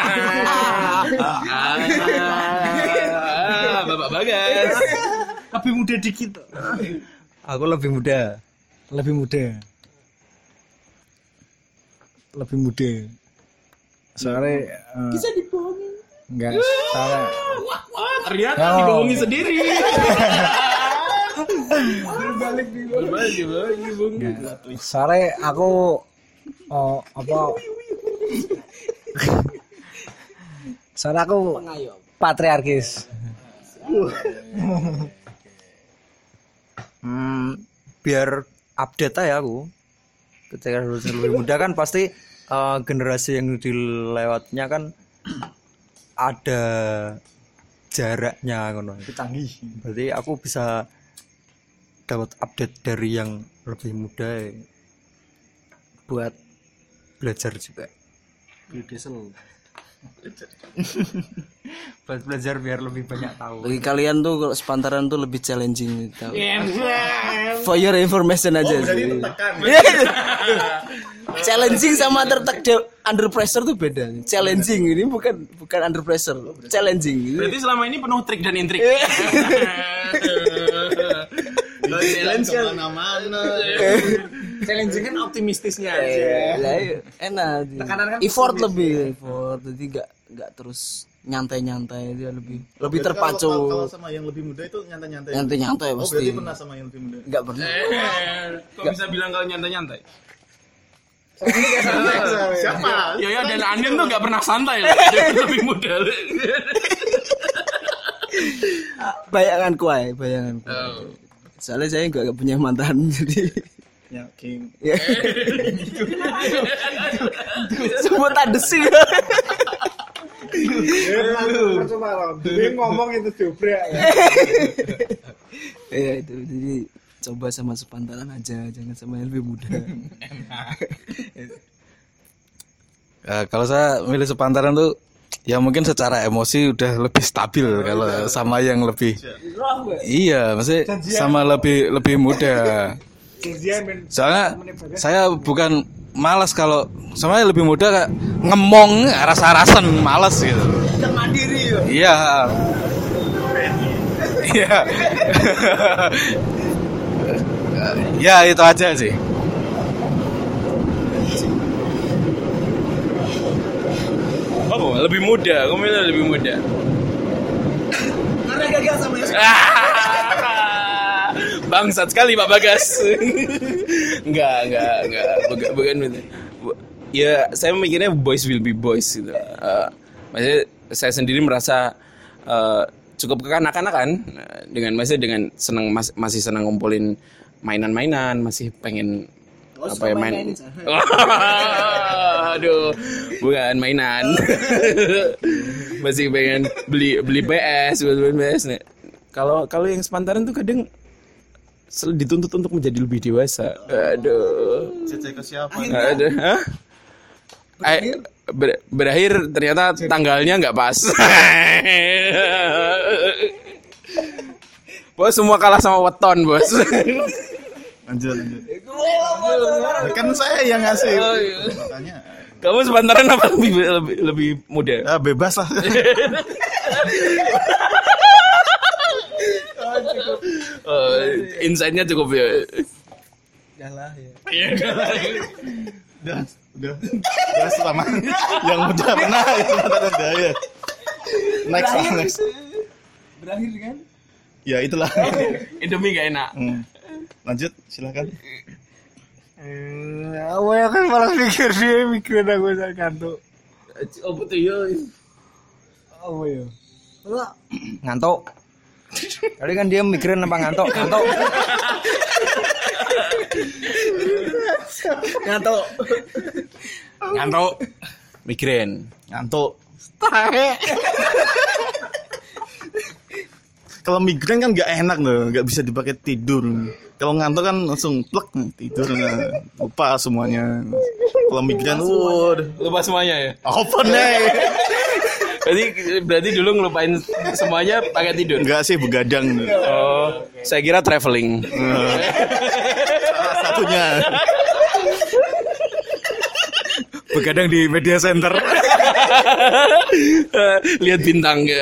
Ah, Bapak Bagas. Lebih muda dikit. Aku lebih muda. Lebih muda. Lebih muda. Soalnya uh, Bisa dibohongin. enggak soalnya Wah, ternyata Oh. dibohongi sendiri. enggak. Soalnya aku oh apa soalnya aku patriarkis. Hmm, biar update aja aku. Ketika lebih muda kan pasti eh, generasi yang dilewatnya kan ada jaraknya ngono. Canggih. Berarti aku bisa dapat update dari yang lebih muda ya. Buat belajar juga. Buat belajar biar lebih banyak tahu. Bagi kalian tuh kalau sepantaran tuh lebih challenging gitu. For your information aja sih. Challenging sama tertekan under pressure tuh beda. Challenging ini bukan bukan under pressure. Challenging. Berarti selama ini penuh trik dan intrik. Challenge kan Mana-mana. challenging kan optimistisnya Lah iya, enak. Effort lebih, effort. Jadi enggak enggak terus nyantai-nyantai dia lebih lebih Berarti kalau- Kalau, kalau terpacu. sama yang lebih muda itu nyantai-nyantai. Nyantai-nyantai Oh, pasti. berarti pernah sama yang lebih muda. Enggak pernah. Kok bisa bilang kalau nyantai-nyantai? Siapa? Yoyo dan Andin tuh gak pernah santai loh. Dia lebih muda. Bayanganku aja, bayanganku. Soalnya saya enggak punya mantan jadi Yakin. ya. Sebut ada sih. Percuma loh. Dia ngomong itu dobrak. Ya itu jadi coba sama sepantaran aja, jangan sama yang lebih muda. Eh, kalau saya milih sepantaran tuh ya mungkin secara emosi udah lebih stabil kalau sama yang lebih iya maksudnya sama lebih lebih muda soalnya saya bukan malas kalau sama yang lebih muda kayak ngemong rasa-rasan malas gitu Mandiri ya. iya iya ya itu aja sih. Oh, lebih muda. Aku milih lebih muda. Karena gagal sama yang Bangsat sekali Pak Bagas. Enggak, enggak, enggak. Bukan, bukan gitu. Ya, saya mikirnya boys will be boys gitu. Uh, maksudnya saya sendiri merasa uh, cukup kekanak-kanakan uh, dengan maksudnya dengan senang mas, masih senang ngumpulin mainan-mainan, masih pengen oh, apa ya main. Aduh, bukan mainan. Masih pengen beli beli P S, beli P S nih. Kalau kalau yang sepantaran tuh kadang dituntut untuk menjadi lebih dewasa. Aduh. Cece ke siapa? Aduh, hah? Eh, ber, berakhir ternyata tanggalnya nggak pas. Bos semua kalah sama weton, bos. Lanjut, lanjut. Kan saya yang ngasih. Oh, iya. Makanya. Kamu sepantaran apa lebih lebih, lebih muda? Ah, bebas lah. Oh, insight-nya cukup ya. Galah ya. Udah, udah. Udah sama yang udah pernah itu udah ya. Next lah, next. Berakhir kan? Ya itulah. Indomie gak enak. Hmm. Lanjut, silakan. Eh, aku ya kan malah mikir dia mikirin aku saya kantuk. Oh betul ya. Apa ya? Ngantuk. Tadi kan dia mikirin apa ngantuk, ngantuk. Ngantuk. Ngantuk. Migrain. Ngantuk. Kalau migrain kan nggak enak loh, nggak bisa dipakai tidur. Kalau ngantuk kan langsung plek tidur, lupa semuanya. Kalau migrain, uh, Lupa semuanya ya. apa nih? Berarti berarti dulu ngelupain semuanya pakai tidur. Enggak sih, begadang. Oh, saya kira traveling. Salah satunya. Begadang di media center. Lihat bintang ya.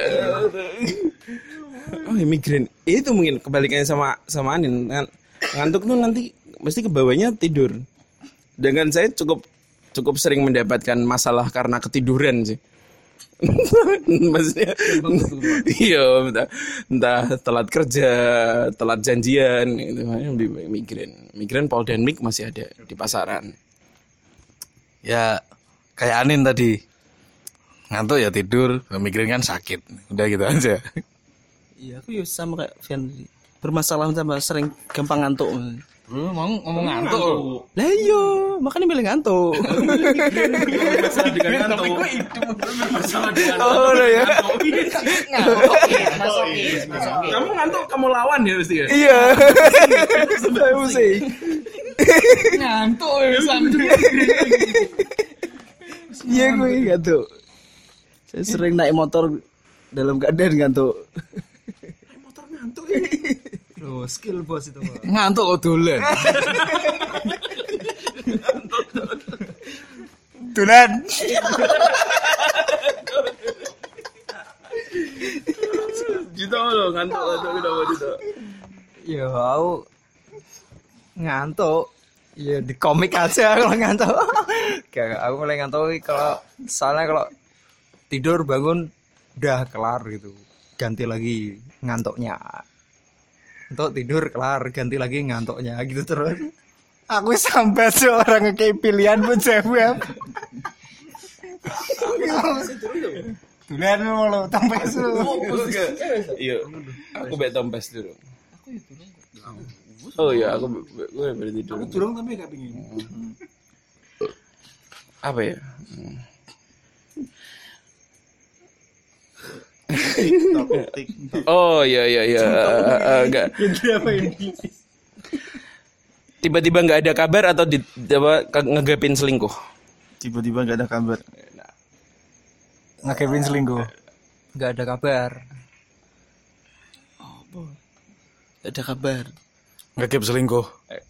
Oh, migrain. Itu mungkin kebalikannya sama sama Anin. Ngantuk tuh nanti mesti kebawahnya tidur. Dengan saya cukup cukup sering mendapatkan masalah karena ketiduran sih. Maksudnya iya entah, entah telat kerja, telat janjian itu lebih baik migrain. Migrain Poldemik masih ada di pasaran. Ya kayak Anin tadi. Ngantuk ya tidur, migrain kan sakit. Udah gitu aja. Iya, aku ya sama kayak Vian tadi. Bermasalah sama sering gampang ngantuk. Lu mau ngomong ngantuk? Lah iya, makanya milih ngantuk. Masalah dengan ngantuk. Oh, udah ya. Kamu ngantuk kamu lawan ya mesti ya? Iya. Saya mesti. Ngantuk ya sampai. Iya, gue ngantuk. Saya sering naik motor dalam keadaan ngantuk. Naik motor ngantuk ya? Loh, skill bos itu, Pak. Ngantuk kok dolan. Tulan. Juta lo ngantuk ngantuk kenapa juta? Ya aku ngantuk. Ya di komik aja kalau ngantuk. Kayak aku mulai ngantuk kalau soalnya kalau tidur bangun udah kelar gitu. Ganti lagi ngantuknya. Untuk tidur kelar ganti lagi ngantuknya gitu terus. Aku sampai seorang ngekei pilihan pun jawab. Tulan lo tambah su. Iya, aku bet tompes dulu. Oh iya, aku gue berarti dulu. Aku Durung tapi gak pingin. Apa ya? Oh iya iya iya enggak. Tiba-tiba nggak ada kabar atau di, apa, ngegapin selingkuh? Tiba-tiba nggak ada kabar. Ngakepin selingkuh. Nggak ada kabar. Gak ada kabar. Ngegap selingkuh.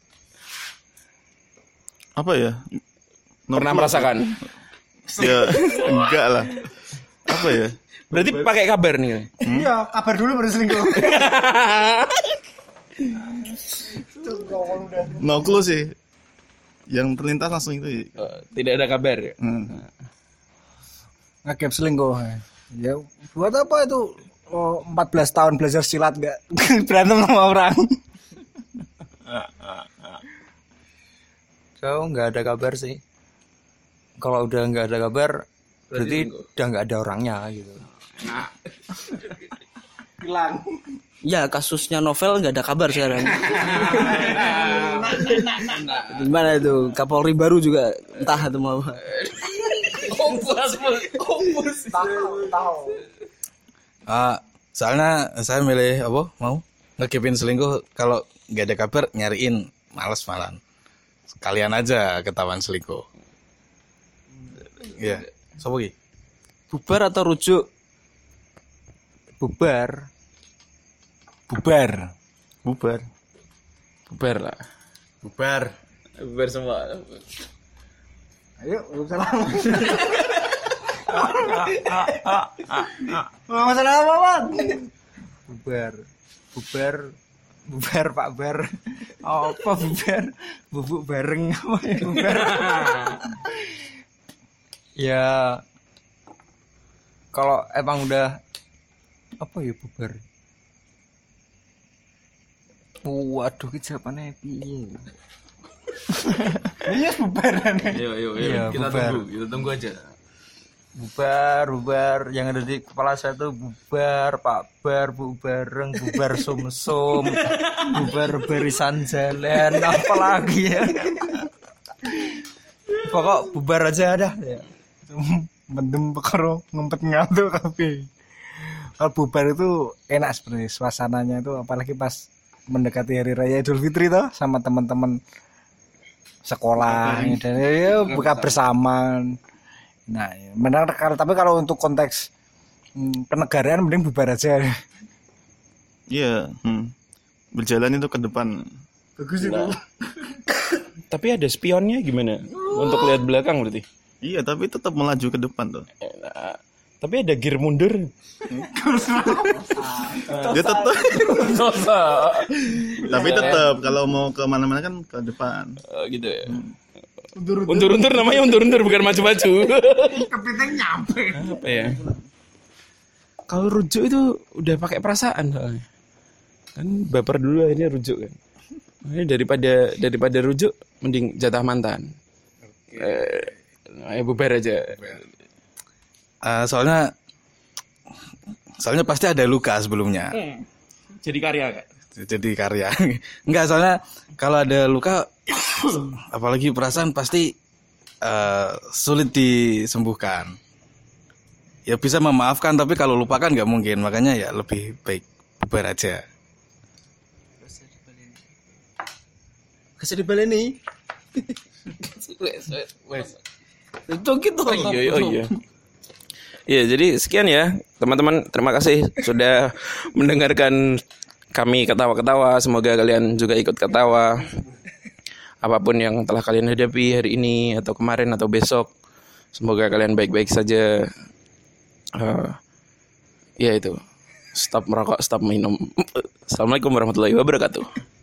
Apa ya? Pernah merasakan? Ya enggak lah. Apa ya? Berarti pakai kabar nih. Iya, kabar dulu baru selingkuh. No clue sih. Yang terlintas langsung itu. Oh, tidak ada kabar ya? Hmm. Ngegap selingkuh. Ya buat apa itu? Oh, empat belas tahun belajar silat gak berantem sama orang. So nggak ada kabar sih. Kalau udah nggak ada kabar, berarti udah nggak ada orangnya gitu. Hilang. Ya kasusnya novel nggak ada kabar sekarang. Gimana itu Kapolri baru juga entah itu mau apa. Ah, soalnya saya milih apa? Mau ngekipin selingkuh kalau nggak ada kabar nyariin males malan. Kalian aja ketahuan selingkuh. Iya, sopo ki? Bubar atau rujuk? Bubar. Bubar. Bubar. Bubar lah. Bubar. Bubar semua. Ayo, salam. Masalah apa, Bang? Bubar. Bubar. Bubar, Pak Bar. Apa bubar? Bubuk bareng apa ya bubar? Ya kalau emang udah apa ya bubar? Waduh, ki jawabannya piye? Iya bubaran. Ayo, ayo, ayo. Iya, Kita bubar. tunggu, kita tunggu aja. Bubar, bubar. Yang ada di kepala saya tuh bubar, Pak Bar, bu bareng, bubar sumsum, bubar barisan jalan, apa lagi ya? Pokok bubar aja dah. Ya. Mendem perkara ngumpet ngantuk kabeh. Kalau bubar itu enak sebenarnya suasananya itu, apalagi pas mendekati hari raya Idul Fitri toh sama teman-teman sekolah dan ya buka bersama. Nah, benar kalau tapi kalau untuk konteks hmm, kenegaraan mending bubar aja. Iya, hmm. Berjalan itu ke depan. Bagus itu. Tapi ada spionnya gimana? Untuk lihat belakang berarti. Iya, tapi tetap melaju ke depan tuh. Nah, tapi ada gear mundur. Dia tetap. Tapi tetap kalau mau ke mana-mana kan ke depan. Oh, gitu ya. Undur-undur namanya undur-undur bukan maju-maju. Kepiting nyampe. Apa ya? Kalau rujuk itu udah pakai perasaan soalnya. Kan baper dulu akhirnya rujuk kan. Ini daripada daripada rujuk mending jatah mantan. Eh, ayo bubar aja. Uh, soalnya soalnya pasti ada luka sebelumnya. Jadi karya kan? Jadi karya. Enggak, soalnya kalau ada luka apalagi perasaan pasti uh, sulit disembuhkan. Ya bisa memaafkan, tapi kalau lupakan nggak mungkin. Makanya ya lebih baik bubar aja. Kasih dibaleni. Itu gitu. Oh iya, oh iya. Iya, jadi sekian ya teman-teman. Terima kasih sudah mendengarkan kami ketawa-ketawa. Semoga kalian juga ikut ketawa. Apapun yang telah kalian hadapi hari ini atau kemarin atau besok, semoga kalian baik-baik saja. Uh, ya itu. Stop merokok, stop minum. Assalamualaikum warahmatullahi wabarakatuh.